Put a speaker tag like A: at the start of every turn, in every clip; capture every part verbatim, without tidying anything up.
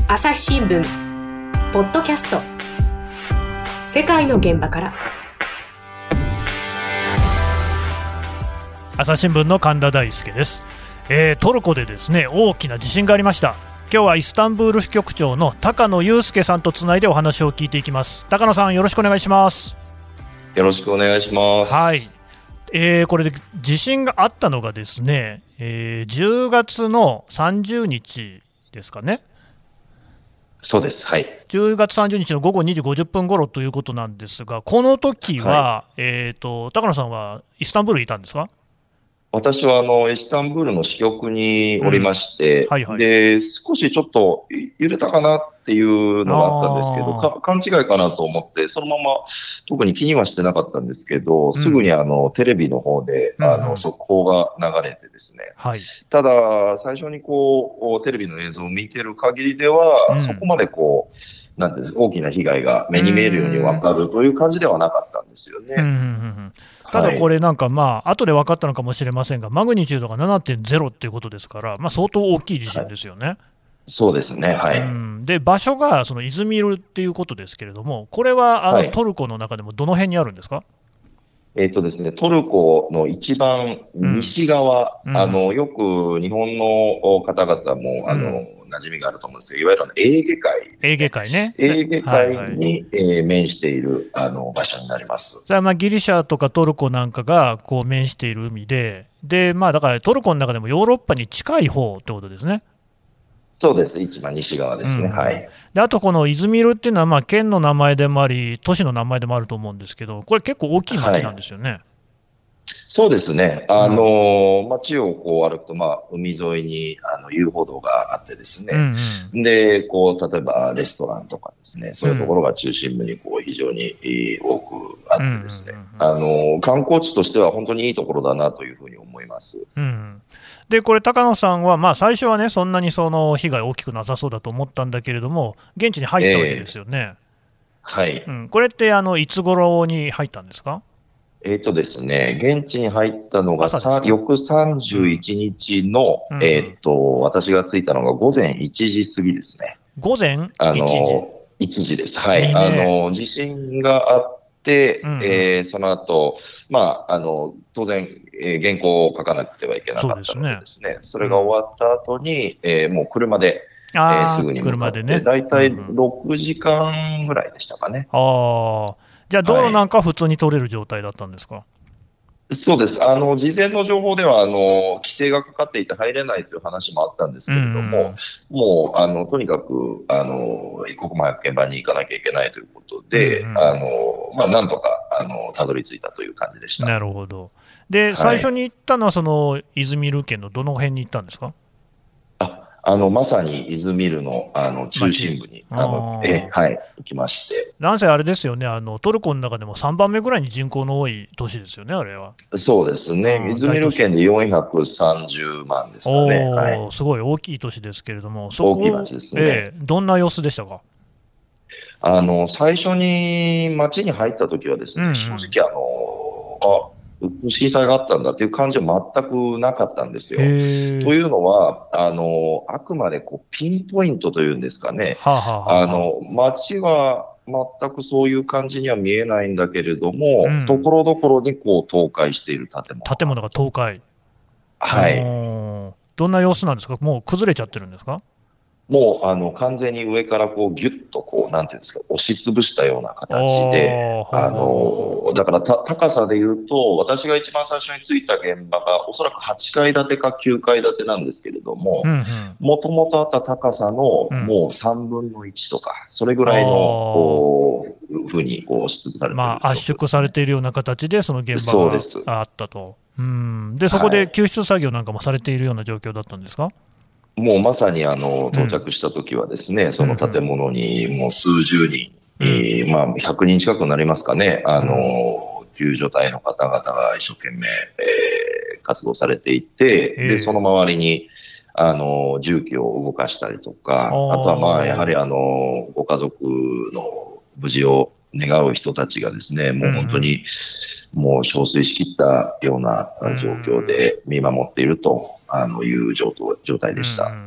A: 朝日新聞ポッドキャスト、世界の現場から。
B: 朝日新聞の神田大輔です。えー、トルコでですね、大きな地震がありました。今日はイスタンブール支局長の高野祐介さんとつないでお話を聞いていきます。高野さん、よろしくお願いします。
C: よろしくお願いします。
B: はい、えー、これで地震があったのがですね、えー、じゅうがつのさんじゅうにちですかね。
C: そうです、はい、
B: じゅうがつさんじゅうにちの午後にじごじゅっぷん頃ということなんですが、この時は、はい、えーと、高野さんはイスタンブールにいたんですか？
C: 私はあのイスタンブールの支局におりまして、うんはいはい、で少しちょっと揺れたかなっていうのがあったんですけど、か勘違いかなと思ってそのまま特に気にはしてなかったんですけど、うん、すぐにあのテレビの方で、うん、あの速報が流れてですね、はい、ただ最初にこうテレビの映像を見てる限りでは、うん、そこまでこうなんていう大きな被害が目に見えるように分かるという感じではなかったんですよね。うんうんうん、
B: ただこれなんかまあ後で分かったのかもしれませんが、マグニチュードが ななてんゼロ っていうことですから、まあ、相当大きい地震ですよね。はい、
C: そうですね、はい。うん、
B: で場所がそのイズミルっていうことですけれども、これはあの、はい、トルコの中でもどの辺にあるんですか？
C: えーとですね、トルコの一番西側、うん、あのよく日本の方々もあの、うん、馴染みがあると思うんですけど、いわゆるエーゲ海、ね、
B: エーゲ海ね。
C: エーゲ海に、はいはい、えー、面しているあの場所になります。
B: それはまあギリシャとかトルコなんかがこう面している海で、でまあ、だからトルコの中でもヨーロッパに近い方ってことですね。
C: そうです、一番西側ですね。うん、はい。
B: であとこのイズミルっていうのはまあ県の名前でもあり都市の名前でもあると思うんですけど、これ結構大きい町なんですよね。はい、
C: そうですね。あのー、うん、街をこう歩くと、まあ、海沿いにあの遊歩道があってですね。うんうん、で、こう、例えばレストランとかですね、そういうところが中心部にこう非常に多くあってですね、あのー、観光地としては本当にいいところだなというふうに思います。
B: うん、で、これ高野さんは、まあ、最初はね、そんなにその被害大きくなさそうだと思ったんだけれども、現地に入ったわけですよね。えー、
C: はい。
B: うん、これってあのいつ頃に入ったんですか？
C: えっとですね、現地に入ったのがさ翌さんじゅういちにちの、うん、えっと、私が着いたのが午前いちじ過ぎですね。
B: 午前いちじ？
C: あの、いちじです。はい。いいね、あの、地震があって、うんうん、えー、その後、まあ、あの、当然、えー、原稿を書かなくてはいけなかったのでですね、そ, ですねそれが終わった後に、うん、えー、もう車で、えー、すぐに向かって、ね、だいたいろくじかんぐらいでしたかね。
B: ああ。じゃあ、道路なんかは普通に通れる状態だったんですか？はい、
C: そうです。あの、事前の情報では、あの、規制がかかっていて入れないという話もあったんですけれども、うんうん、もう、あの、とにかく、あの、一刻も早く現場に行かなきゃいけないということで、うんうん、あの、まあ、なんとか、あの、たどり着いたという感じでした。
B: なるほど。で、はい、最初に行ったのは、その、イズミル県のどの辺に行ったんですか？
C: あの、まさにイズミルの、あの、中心部に、あの、え、はい、行きまして。
B: なんせあれですよね、あの、トルコの中でもさんばんめぐらいに人口の多い都市ですよね、あれは。
C: そうですね。イズミル県でよんひゃくさんじゅうまんですかね。はい、
B: すごい大きい都市ですけれども、そこ
C: 大きい町ですね。
B: えー、どんな様子でしたか？
C: あの、最初に町に入った時はですね、うんうん、正直あの、あ、震災があったんだっていう感じは全くなかったんですよ。というのは、あの、あくまでこうピンポイントというんですかね。はあはあはあ、あの、街は全くそういう感じには見えないんだけれども、うん、ところどころにこう倒壊している建物。
B: 建物が倒壊。
C: はい。
B: どんな様子なんですか？もう崩れちゃってるんですか？
C: もう、あの、完全に上からこう、ぎゅっとこう、なんていうんですか、押しつぶしたような形で、あの、だからた、高さで言うと、私が一番最初に着いた現場が、おそらくはちかい建てかきゅうかい建てなんですけれども、もともとあった高さの、もうさんぶんのいちとか、それぐらいの、こう、ふうに、こう、押しつぶされている、
B: まあ、圧縮されているような形で、その現場があったと。うん。で、そこで救出作業なんかもされているような状況だったんですか？
C: もうまさにあの到着した時はですね、うん、その建物にもう数十人、うんえー、まあひゃくにん近くなりますかね、あの、うん、救助隊の方々が一生懸命、えー、活動されていて、えー、で、その周りに、あの、重機を動かしたりとか、あとはまあやはりあの、ご家族の無事を願う人たちがですね、もう本当に、もう憔悴しきったような状況で見守っていると。あのいう状態でした。うん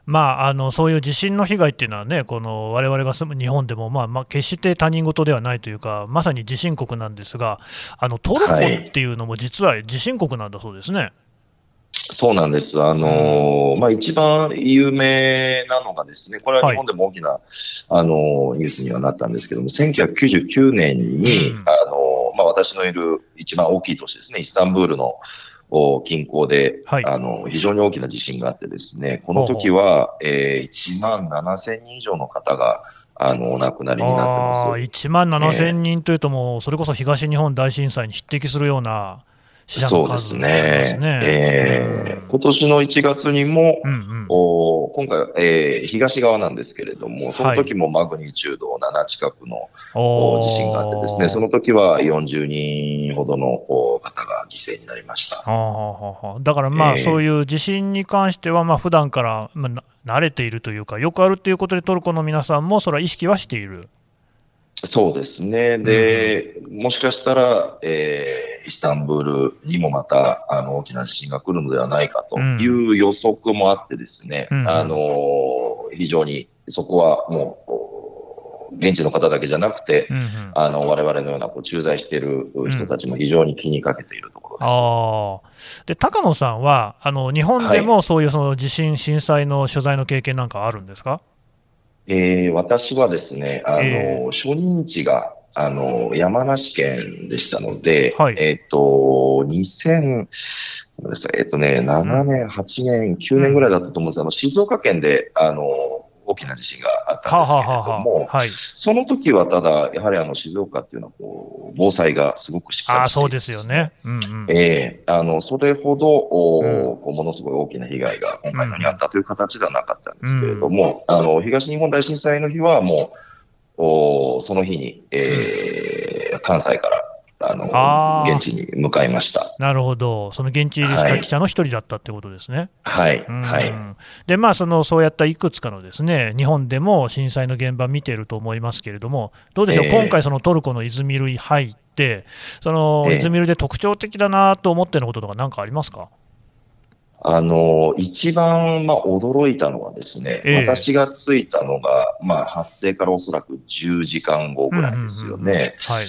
B: まあ、あのそういう地震の被害っていうのはね、この我々が住む日本でも、まあまあ、決して他人事ではないというか、まさに地震国なんですが、あのトルコっていうのも実は地震国なんだそうですね。はい、
C: そうなんです。あのー、まあ、一番有名なのがですね、これは日本でも大きな、はい、あのー、ニュースにはなったんですけども、せんきゅうひゃくきゅうじゅうきゅうねんに、うん、あのー、まあ、私のいる一番大きい都市ですね、イスタンブールの近郊で、はい、あの、非常に大きな地震があってですね、この時は、ほうほうえー、いちまんななせんにん以上の方が、あの、お亡くなりになってます。
B: いちまんななせんにんというと、もう、それこそ東日本大震災に匹敵するような死者の数になりますね。そうですね。
C: えー、今年のいちがつにも、うんうん、お今回、えー、東側なんですけれども、その時もマグニチュードなな近くの、はい、地震があってですね、その時はよんじゅうにんほどの方が犠牲になりました。
B: あだからまあ、えー、そういう地震に関しては、まあ普段から、まあ、慣れているというか、よくあるということで、トルコの皆さんもそれは意識はしている。
C: そうですね。で、うん、もしかしたら、えー、イスタンブールにもまた、あの、大きな地震が来るのではないかという予測もあってですね、うん、あの、非常に、そこはもう、現地の方だけじゃなくて、うんうん、あの、我々のようなこう駐在している人たちも非常に気にかけているところです。うん、
B: あで、高野さんは、あの、日本でもそういうその地震、震災の取材の経験なんかあるんですか？
C: えー、私はですね、あの、えー、初任地が、あの、山梨県でしたので、はい、えっと、にせん、えっとね、ななねん、はちねん、きゅうねんぐらいだったと思うんですが、うん、あの、静岡県で、あの、大きな地震があったんですけれども、はははははい、その時はただ、やはりあの、静岡っていうのは、こう、防災がすごくしっかりしている、ね。あ、そうですよね。うんうん、ええー、あの、それほど、おうん、ものすごい大きな被害が今回のにあったという形ではなかったんですけれども、うんうん、あの、東日本大震災の日はもう、おその日に、えー、関西から、あのあ現地に向かいました。
B: なるほど、その現地入りした記者の一人だったってことですね。
C: はい、はい。
B: で、まあ、そのそうやったいくつかのですね、日本でも震災の現場見ていると思いますけれども、どうでしょう、えー、今回、そのトルコのイズミルに入って、そのイズミルで特徴的だなと思っていることとか、何かありますか？
C: あの、一番、まあ、驚いたのはですね、えー、私が着いたのが、まあ、発生からおそらくじゅうじかんごぐらいですよね。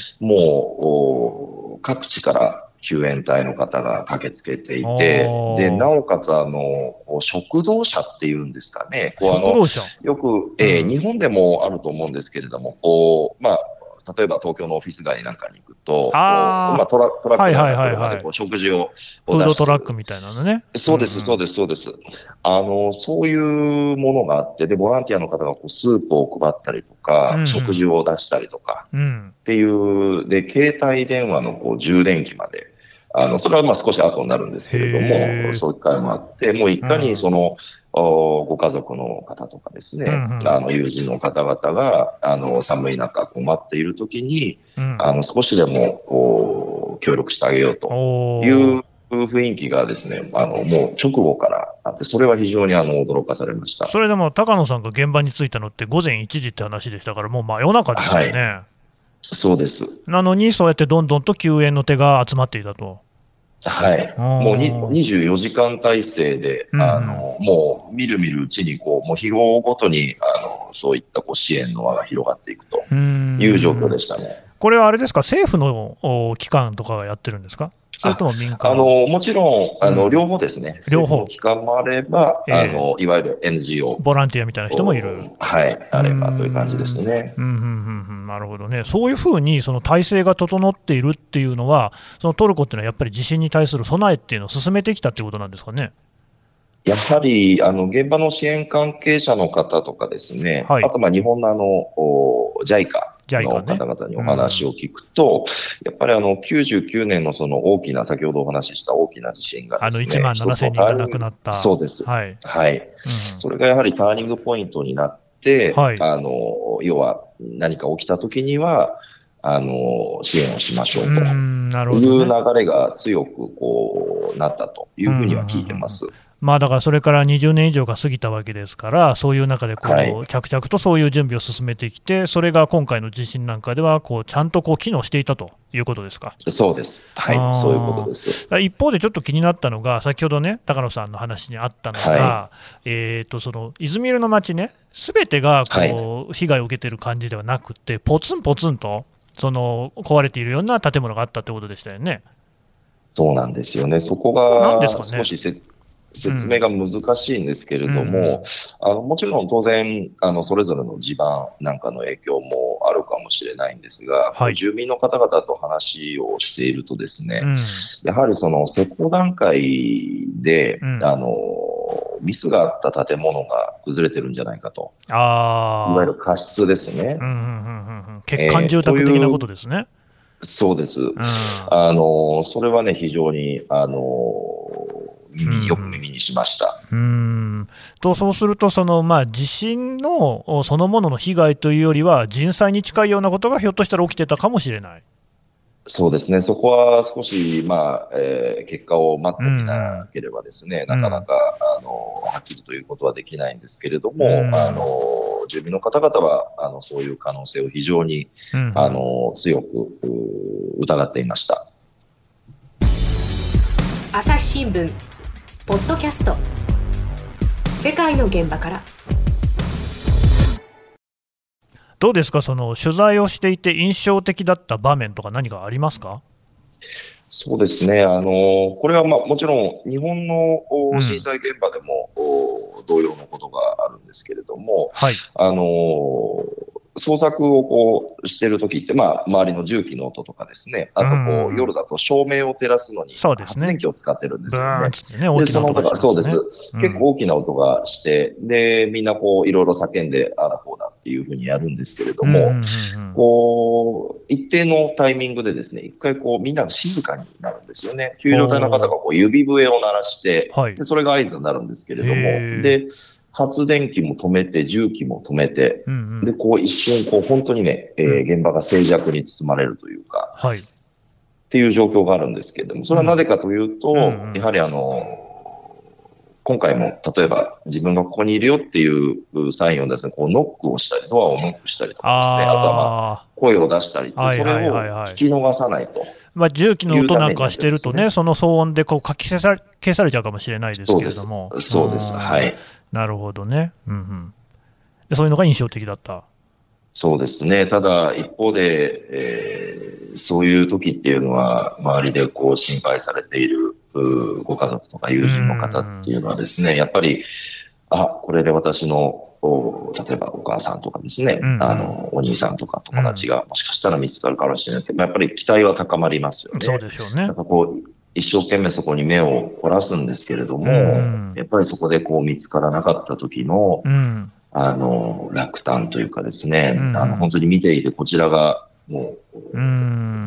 C: もう、各地から救援隊の方が駆けつけていて、で、なおかつ、あの、食堂車っていうんですかね。こうあのよく、えーうん、日本でもあると思うんですけれども、こう、まあ、例えば東京のオフィス街なんかに行くと、あまあ、トラトラックの車でこう食事を
B: フードトラックみたいなのね。
C: そうです、そうです、そうです。あの、そういうものがあって、で、ボランティアの方がこうスープを配ったりとか、うんうん、食事を出したりとか、うん、っていう、で、携帯電話のこう充電器まで、あの、それはまあ少し後になるんですけれども、そういう機会もあって、もういかにその、うん、ご家族の方とかですね、うんうん、あの、友人の方々が、あの、寒い中、こう待っているときに、うん、あの、少しでも、こう、協力してあげようという雰囲気がですね、あの、もう直後からあって、それは非常にあの、驚かされました。
B: それでも、高野さんが現場に着いたのって午前いちじって話でしたから、もう真夜中ですよね。はい、
C: そうです。
B: なのに、そうやってどんどんと救援の手が集まっていたと。
C: はい。もうににじゅうよじかん体制で、うん、あの、もう、みるみるうちに、こう、もう日をごとに、あの、そういったこう支援の輪が広がっていくという状況でしたね。
B: これはあれですか、政府の機関とかがやってるんですか？それとも民間？
C: あの、もちろん、あの、うん、両方ですね。両方。機関もあれば、えー、あの、いわゆる エヌジーオー。
B: ボランティアみたいな人もいる。
C: はい。あればという感じですね。
B: うん、うん、うん、うん。なるほどね。そういうふうに、その体制が整っているっていうのは、そのトルコっていうのはやっぱり地震に対する備えっていうのを進めてきたっていうことなんですかね。
C: やはり、あの、現場の支援関係者の方とかですね、はい、あと、まあ、日本のあの、ジャイカ。の方々にお話を聞くと、ねうん、やっぱりあのきゅうじゅうきゅうねんのその大きな、先ほどお話しした大きな地震がですね、
B: あのいちまんななせんにんが亡くなった。
C: そうです。はい。はい。うん、それがやはりターニングポイントになって、はい、あの、要は何か起きた時には、あの、支援をしましょうという流れが強くこうなったというふうには聞いてます。
B: うんうんうんうん、 まあ、だからそれからにじゅうねん以上が過ぎたわけですから、そういう中でこう、はい、着々とそういう準備を進めてきて、それが今回の地震なんかではこうちゃんとこう機能していたということですか。
C: そうです、はい、そういうことです。
B: 一方でちょっと気になったのが、先ほどね、高野さんの話にあったのが、はい、えー、とそのイズミルの街ね、すべてがこう、はい、被害を受けている感じではなくて、ポツンポツンとその壊れているような建物があったってことでしたよね。
C: そうなんですよね、そこが少しせ、説明が難しいんですけれども、うん、あのもちろん当然あのそれぞれの地盤なんかの影響もあるかもしれないんですが、はい、住民の方々と話をしているとですね、うん、やはりその施工段階で、うん、あのミスがあった建物が崩れてるんじゃないかと、あ、いわゆる過失ですね、
B: うんうんうんうん、欠陥住宅的なことですね。
C: えー、そうです、うん、あのそれはね非常にあの耳よく耳にしました。
B: うん、うんとそうするとその、まあ、地震のそのものの被害というよりは人災に近いようなことがひょっとしたら起きてたかもしれない。
C: そうですね、そこは少し、まあえー、結果を待ってみなければですね、うん、なかなかあのはっきりということはできないんですけれども、うん、あの住民の方々はあのそういう可能性を非常に、うん、あの強く疑っていました。
A: 朝日新聞ポッドキャスト、世界の現場から。
B: どうですか、その取材をしていて印象的だった場面とか何かありますか？
C: そうですね、あのこれは、まあ、もちろん日本の震災現場でも、うん、同様のことがあるんですけれども、はい、あの捜索をこうしているときって、まあ、周りの重機の音とかですね、あとこう、うん、夜だと照明を照らすのに発電機を使ってるんですよね。で、その音が、そうです、うん。結構大きな音がして、で、みんなこう、いろいろ叫んで、ああだこうだっていうふうにやるんですけれども、うんうんうん、こう、一定のタイミングでですね、一回こう、みんなが静かになるんですよね。救助隊の方がこう、指笛を鳴らして、はい、でそれが合図になるんですけれども、で、発電機も止めて、重機も止めて、うんうん、で、こう一瞬、こう本当にね、えー、現場が静寂に包まれるというか、はい、っていう状況があるんですけれども、それはなぜかというと、うんうん、やはりあの、今回も例えば自分がここにいるよっていうサインをですね、こうノックをしたり、ドアをノックしたりとかですね、あとはまあ声を出したり、それを聞き逃さないと。
B: まあ、重機の音なんかしてるとね、その騒音でこうかき消され、消されちゃうかもしれないですけれども。
C: そうです。そうです。はい。
B: なるほどね、うんうん、で。そういうのが印象的だった。
C: そうですね。ただ一方で、えー、そういう時っていうのは周りでこう心配されているご家族とか友人の方っていうのはですね、やっぱり、あ、これで私の例えばお母さんとかですね、うん、あのお兄さんとか友達がもしかしたら見つかるかもしれないけど、やっぱり期待は高まりますよね。
B: そうでしょうね。
C: なんかこう一生懸命そこに目を凝らすんですけれども、うん、やっぱりそこでこう見つからなかった時の、うん、あの落胆というかですね、うん、あの本当に見ていてこちらがもう、うん、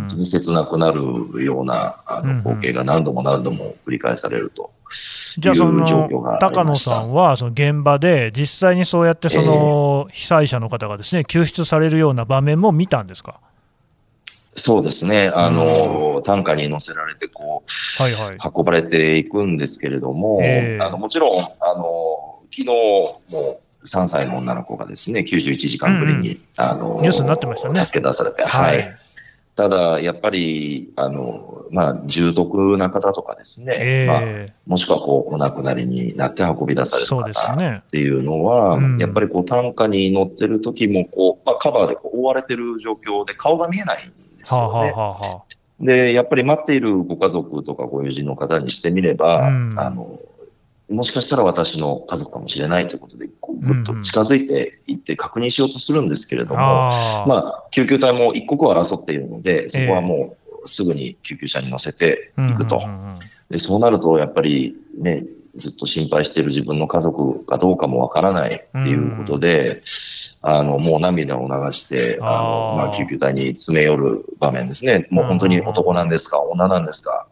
C: 本当に切なくなるようなあの光景が何度も何度も繰り返されると。
B: じゃあその高野さんはその現場で実際にそうやってその被災者の方がですね救出されるような場面も見たんですか？
C: そうですね、あの、うん、担架に乗せられてこう、はいはい、運ばれていくんですけれども、えー、あのもちろんあの昨日もさんさいの女の子がですねきゅうじゅういちじかんぶりに、うん、あの
B: ニュースになってましたね。
C: 助け出されて、はい、はい、ただやっぱりあの、まあ、重篤な方とかですね、えーまあ、もしくはこうお亡くなりになって運び出される方っていうのは、ね、うん、やっぱりこう担架に乗ってる時もこう、まあ、カバーでこう覆われてる状況で顔が見えないんですよね。はあはあはあ、でやっぱり待っているご家族とかご友人の方にしてみれば、うん、あのもしかしたら私の家族かもしれないということで、こうぐっと近づいていって確認しようとするんですけれども、うん、あまあ、救急隊も一刻を争っているので、そこはもうすぐに救急車に乗せていくと。でそうなると、やっぱりね、ずっと心配している自分の家族かどうかもわからないっていうことで、うん、あの、もう涙を流して、あの、まあ、救急隊に詰め寄る場面ですね。もう本当に男なんですか、女なんですか、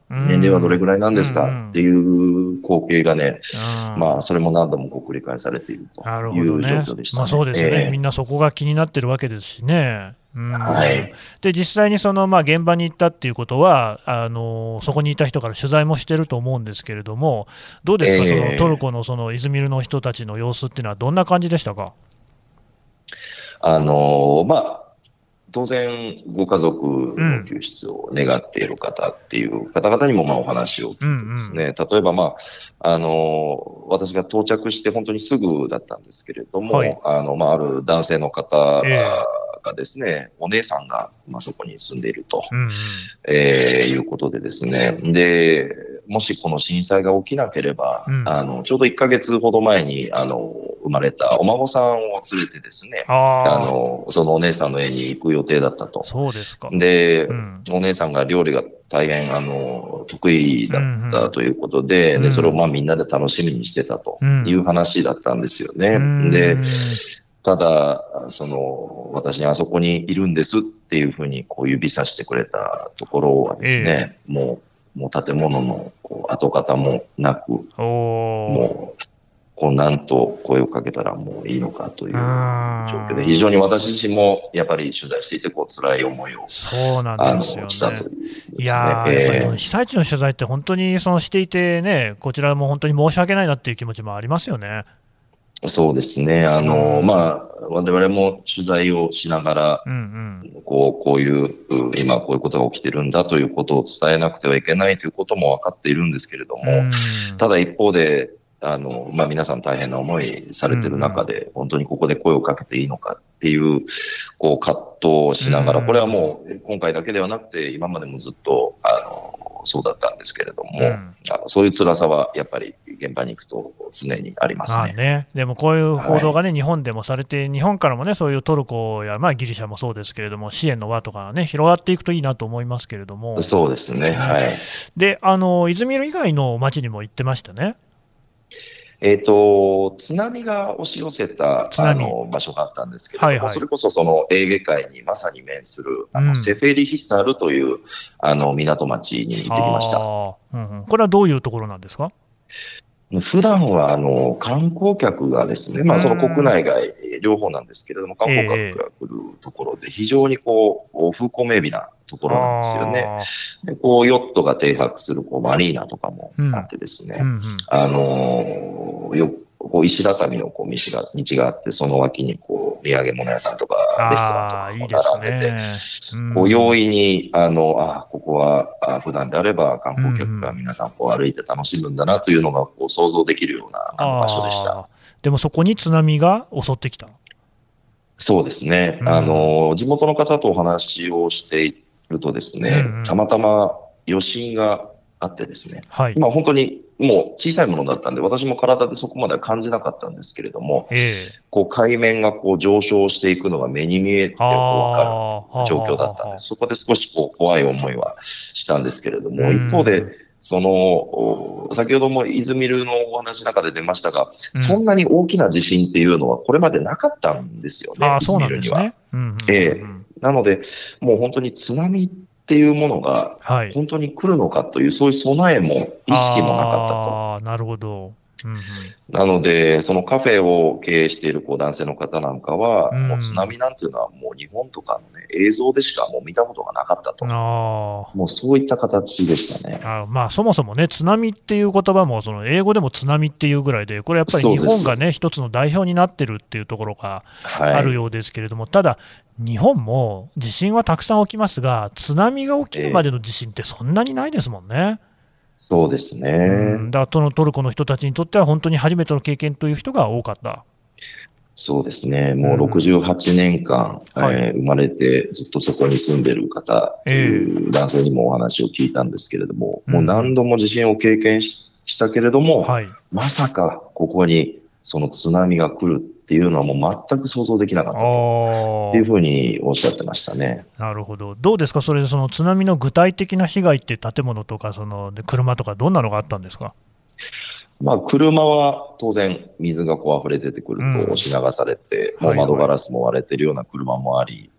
C: 年齢はどれぐらいなんですかっていう光景がね、まあ、それも何度もこう繰り返されているという状況でしたね。
B: まあ、そうですよね、えー、みんなそこが気になってるわけですしね。うん
C: はい、
B: で実際にその、まあ、現場に行ったっていうことはあの、そこにいた人から取材もしてると思うんですけれども、どうですか、えー、そのトルコのそのイズミルの人たちの様子っていうのは、どんな感じでしたか。
C: あのまあ当然、ご家族の救出を願っている方っていう方々にもまあお話を聞いてですね、うんうん、例えば、まあ、あの、私が到着して本当にすぐだったんですけれども、はい、あの、まあ、ある男性の方がですね、えー、お姉さんが、まあ、そこに住んでいると、うんうんえー、いうことでですね、で、もしこの震災が起きなければ、うん、あの、ちょうどいっかげつほど前に、あの、生まれたお孫さんを連れてですね、あの、そのお姉さんの家に行く予定だったと。
B: そうですか。
C: で、うん、お姉さんが料理が大変、あの、得意だったということで、うんうん、で、それをまあみんなで楽しみにしてたという話だったんですよね。うん、で、ただ、その、私にあそこにいるんですっていうふうにこう指さしてくれたところはですね、えー、もう、もう建物のこう跡形もなく、もう、こうなんと声をかけたらもういいのかという状況で、非常に私自身もやっぱり取材していて、こう辛い思いを
B: そうなんですよ、ね、
C: したという、ね。
B: いやー、えー、やっぱり被災地の取材って本当にそのしていてね、こちらも本当に申し訳ないなっていう気持ちもありますよね。
C: そうですね。あの、まあ、我々も取材をしながら、うんうん、こう、こういう、今こういうことが起きてるんだということを伝えなくてはいけないということも分かっているんですけれども、うん、ただ一方で、あの、まあ、皆さん大変な思いされてる中で、うんうん、本当にここで声をかけていいのかっていう、こう、葛藤をしながら、うん、これはもう、今回だけではなくて、今までもずっと、あの、そうだったんですけれども、うん、あのそういう辛さはやっぱり現場に行くと常にありますね。
B: まあね、でもこういう報道がね、はい、日本でもされて、日本からもね、そういうトルコや、まあ、ギリシャもそうですけれども、支援の輪とかね、広がっていくといいなと思いますけれども。
C: そうですね。はい。
B: で、あの、イズミル以外の町にも行ってましたね。
C: えっ、ー、と、津波が押し寄せたあの場所があったんですけれども、はいはい、それこそそのエーゲ海にまさに面する、あの、うん、セフェリヒサルというあの港町に行ってきました。
B: うんうん、これはどういうところなんですか？
C: 普段はあの観光客がですね、まあその国内外両方なんですけれども、観光客が来るところで非常にこう風光明媚なところなんですよね。でこうヨットが停泊するこうマリーナとかもあってですね、うんうんうん、あのよこう石畳のこう道が道があって、その脇にこう土産物屋さんとかレストランとかも並んでて、いいですね、うん、こう容易にあのあここはあ普段であれば観光客が皆さんこう歩いて楽しむんだなというのがこう想像できるようなあの場所でした。
B: でもそこに津波が襲ってきた。
C: そうですね、うん、あの地元の方とお話をしているとですね、うんうん、たまたま余震があってですね、はい、まあ本当にもう小さいものだったんで、私も体でそこまでは感じなかったんですけれども、えー、こう海面がこう上昇していくのが目に見えてわかる状況だったんで、そこで少しこう怖い思いはしたんですけれども、一方で、その、先ほどもイズミルのお話の中で出ましたが、うん、そんなに大きな地震っていうのはこれまでなかったんですよね、イズミルには。ええ、なので、もう本当に津波っていうものが本当に来るのかという、はい、そういう備えも意識もなかったと。
B: あ、なるほど。うんうん、
C: なので、そのカフェを経営しているこう男性の方なんかは、うん、もう津波なんていうのはもう日本とかの、ね、映像でしかもう見たことがなかったと。あ、もうそういった形でしたね。
B: あ、まあ、そもそもね、津波っていう言葉もその英語でも津波っていうぐらいで、これやっぱり日本がね、一つの代表になってるっていうところがあるようですけれども、はい、ただ、日本も地震はたくさん起きますが、津波が起きるまでの地震ってそんなにないですもんね。えー
C: そうですね。
B: うん、だからトルコの人たちにとっては本当に初めての経験という人が多かった。
C: そうですね。もうろくじゅうはちねんかん、うん、えー、生まれてずっとそこに住んでる方という男性にもお話を聞いたんですけれども、えー、もう何度も地震を経験 し, したけれども、はい、まさかここにその津波が来るっていうのはもう全く想像できなかったというふうにおっしゃってましたね。
B: なるほど。どうですか、それでその津波の具体的な被害って建物とかその車とかどんなのがあったんですか？
C: まあ車は当然水がこう溢れ出てくると押し流されて、うん、もう窓ガラスも割れてるような車もあり、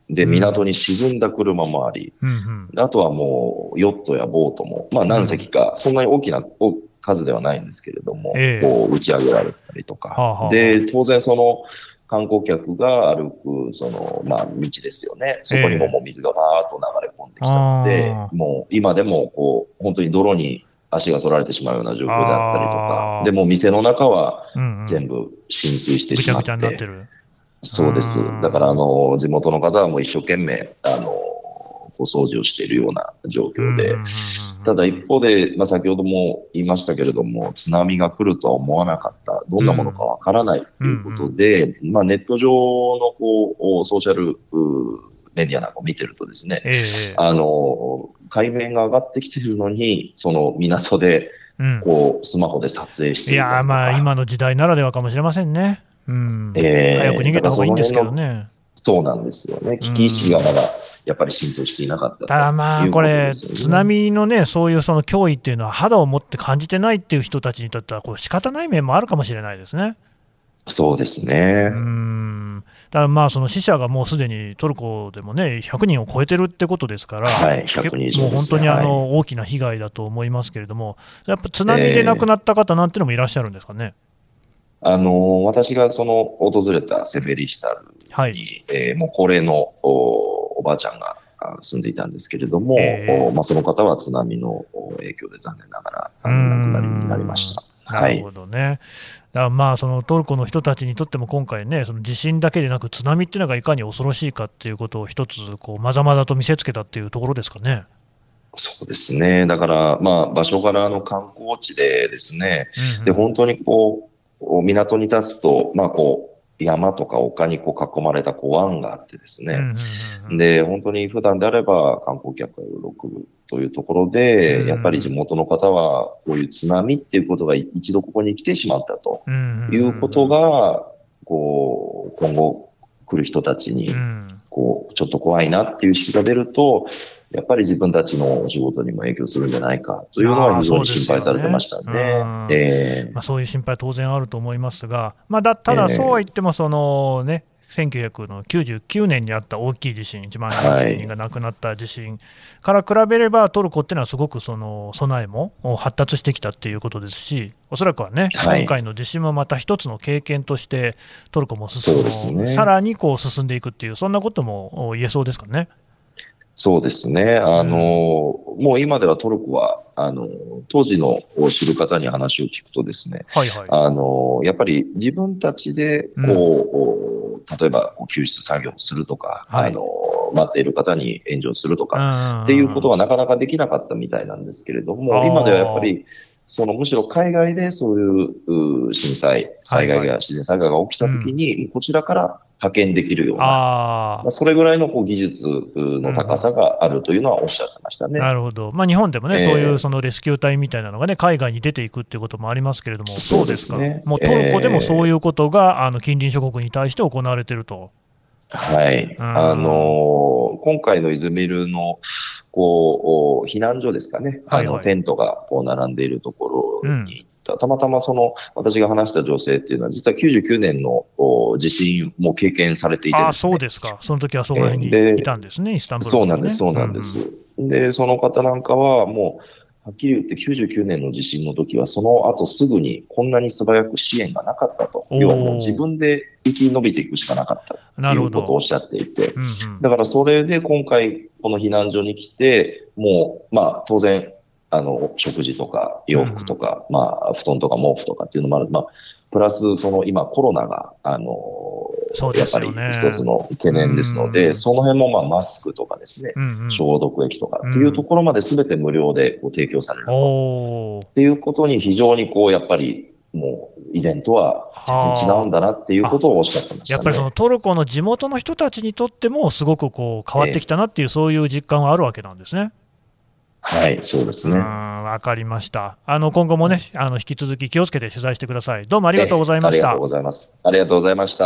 C: で、港に沈んだ車もあり、
B: うんうん、
C: あとはもうヨットやボートも、まあ何隻か、そんなに大きな数ではないんですけれども、えー、こう打ち上げられたりとか、はあはあ、で、当然その観光客が歩く、その、まあ道ですよね。そこにももう水がバーっと流れ込んできたので、えー、もう今でもこう、本当に泥に足が取られてしまうような状況であったりとか、でも店の中は全部浸水してしまって、うんうん、ぐちゃぐちゃになってる。そうです。だから、あの、地元の方はもう一生懸命、あの、お掃除をしているような状況で、ただ一方で、まあ、先ほども言いましたけれども、津波が来るとは思わなかった、どんなものかわからないということで、うんうん、まあ、ネット上のこう、ソーシャルメディアなんかを見てるとですね、えー、あの、海面が上がってきているのに、その港で、こう、スマホで撮影している、
B: うん。いやー、まあ、今の時代ならではかもしれませんね。うんえー、早く逃げた方がいいんですけどね。
C: そうなんですよね。危機意識がまだやっぱり浸透していなかった、ね。
B: ただまあこれ、津波のね、そういうその脅威っていうのは肌を持って感じてないっていう人たちにとってはこう仕方ない面もあるかもしれないですね。
C: そうですね。
B: うんただまあその死者がもうすでにトルコでもねひゃくにんを超えてるってことですから、
C: はい、ひゃくにん以上ですね。
B: もう本当にあの大きな被害だと思いますけれども、やっぱ津波で亡くなった方なんてのもいらっしゃるんですかね。
C: えー、あの私がその訪れたセフェリヒサルに、はいえー、もう高齢の お, おばあちゃんが住んでいたんですけれども、えーまあ、その方は津波の影響で残念ながら亡くなりになりました。
B: なるほどね。はい、だからまあそのトルコの人たちにとっても今回ね、その地震だけでなく津波っていうのがいかに恐ろしいかっていうことを一つこうまざまざと見せつけたっていうところですかね。
C: そうですね。だからまあ場所柄の観光地でですね、うんうん、で本当にこう港に立つとまあこう山とか丘にこう囲まれたこう湾があってですね、うんうんうん、で本当に普段であれば観光客が喜ぶというところで、うん、やっぱり地元の方はこういう津波っていうことが一度ここに来てしまったということが、こう今後来る人たちにこうちょっと怖いなっていう意識が出ると、やっぱり自分たちのお仕事にも影響するんじゃないかというのは非常に心配されてましたね。
B: そうえーまあ、そういう心配当然あると思いますが、まあ、だただそうは言ってもその、ね、せんきゅうひゃくきゅうじゅうきゅうねんにあった大きい地震、いちまんにせんにんが亡くなった地震から比べればトルコっていうのはすごくその備えも発達してきたっていうことですし、おそらくはね、はい、今回の地震もまた一つの経験としてトルコも進む、ね、さらにこう進んでいくっていう、そんなことも言えそうですかね。
C: そうですね。あの、うん、もう今ではトルコは、あの、当時の知る方に話を聞くとですね、はいはい、あの、やっぱり自分たちで、こう、うん、例えば救出作業をするとか、はい、あの、待っている方に援助するとか、っていうことはなかなかできなかったみたいなんですけれども、今ではやっぱり、そのむしろ海外でそういう震災、災害が、自然災害が起きたときに、うん、こちらから派遣できるような、あまあ、それぐらいのこう技術の高さがあるというのはおっしゃってましたね。
B: うん、なるほど。まあ、日本でもね、えー、そういうそのレスキュー隊みたいなのがね、海外に出ていくっていうこともありますけれども、そうですか。そうですね。もうトルコでもそういうことが、あの近隣諸国に対して行われていると。
C: はい。うん、あのー、今回のイズミルの、こう、避難所ですかね。はいはい、あの、テントがこう並んでいるところに行った。うん、たまたまその、私が話した女性っていうのは、実はきゅうじゅうきゅうねんの地震も経験されていてですね。
B: あ、そうですか。その時はそこら辺にいたんですね、イスタンブール、ね。
C: そうなんです、そうなんです。うんうん、で、その方なんかはもう、はっきり言ってきゅうじゅうきゅうねんの地震の時は、その後すぐにこんなに素早く支援がなかったと。要はもう自分で生き延びていくしかなかったということをおっしゃっていて。うんうん、だからそれで今回この避難所に来て、もう、まあ当然、あの、食事とか洋服とか、うん、まあ布団とか毛布とかっていうのもある。まあ、プラスその今コロナが、あの、
B: そうですよね、
C: やっぱり一つの懸念ですので、うん、その辺もまあマスクとかですね、うんうん、消毒液とかっていうところまで全て無料でこう提供されると、うん、っていうことに非常にこうやっぱりもう以前とは全然違うんだなっていうことをおっしゃってましたね。
B: やっぱりそのトルコの地元の人たちにとってもすごくこう変わってきたなっていう、えー、そういう実感はあるわけなんですね。
C: はい、そうですね。
B: わかりました。あの今後もね、あの引き続き気をつけて取材してください。どうもありがとうございました。
C: ありがとうございます。ありがとうございました。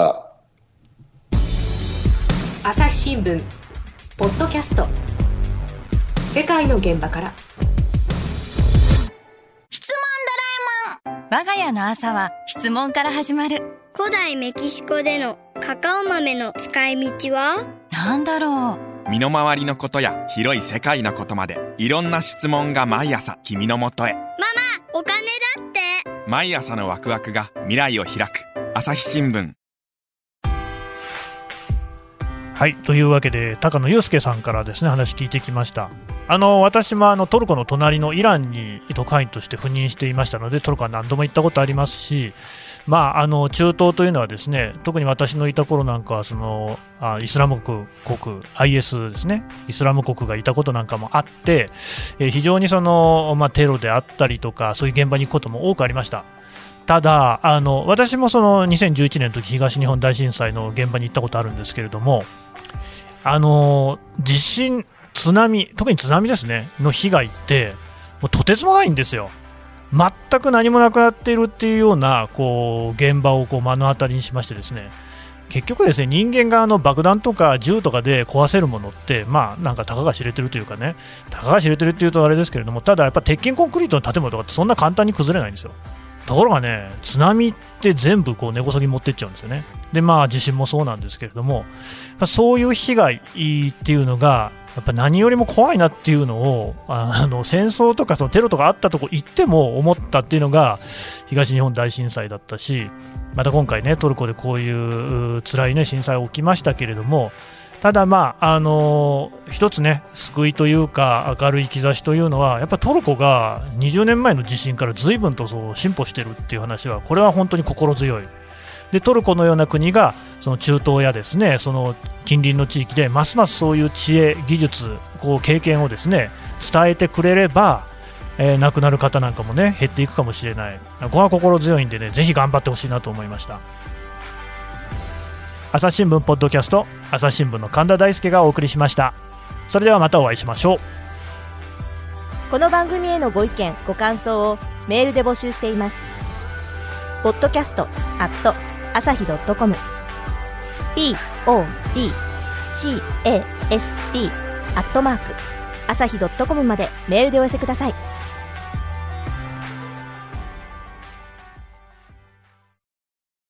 A: 朝日新聞ポッドキャスト、世界の現場から。
D: 質問ドラえもん。我が家の朝は質問から始まる。
E: 古代メキシコでの
D: カカオ豆の使い道は？
E: なんだろ
F: う。身の回りのことや広い世界のことまでいろんな質問が毎朝君のもとへ。
D: ママ、お金だって。
F: 毎朝のワクワクが未来を開く。朝日新聞。
B: はい、というわけで高野祐介さんからですね話聞いてきました。あの私もあのトルコの隣のイランに特派員として赴任していましたので、トルコは何度も行ったことありますし、まあ、あの中東というのはですね、特に私のいた頃なんかはそのあイスラム国、アイエス ですね、イスラム国がいたことなんかもあって、えー、非常にその、まあ、テロであったりとかそういう現場に行くことも多くありました。ただあの私もそのにせんじゅういちねんの時東日本大震災の現場に行ったことあるんですけれども、あの地震、津波、特に津波ですねの被害ってもうとてつもないんですよ。全く何もなくなっているっていうようなこう現場をこう目の当たりにしましてですね、結局ですね人間があの爆弾とか銃とかで壊せるものってまあなんかたかが知れてるというかね、たかが知れてるっていうとあれですけれども、ただやっぱ鉄筋コンクリートの建物とかってそんな簡単に崩れないんですよ。ところがね、津波って全部こう根こそぎ持っていっちゃうんですよね。でまあ地震もそうなんですけれども、そういう被害っていうのがやっぱ何よりも怖いなっていうのをあの戦争とかそのテロとかあったとこ行っても思ったっていうのが東日本大震災だったし、また今回ねトルコでこういう辛いね震災起きましたけれども、ただまああの一つね救いというか明るい兆しというのはやっぱトルコがにじゅうねんまえの地震から随分とそう進歩してるっていう話はこれは本当に心強い。でトルコのような国がその中東やですねその近隣の地域でますますそういう知恵技術こう経験をですね伝えてくれれば、えー、亡くなる方なんかもね減っていくかもしれない。ここは心強いんでねぜひ頑張ってほしいなと思いました。朝日新聞ポッドキャスト、朝日新聞の神田大輔がお送りしました。それではまたお会いしましょう。
G: この番組へのご意見ご感想をメールで募集しています。ポッドキャストアット朝日ドットコム ピーオーディーシーエーエスティー アットマーク朝日ドットコムまでメールでお寄せください。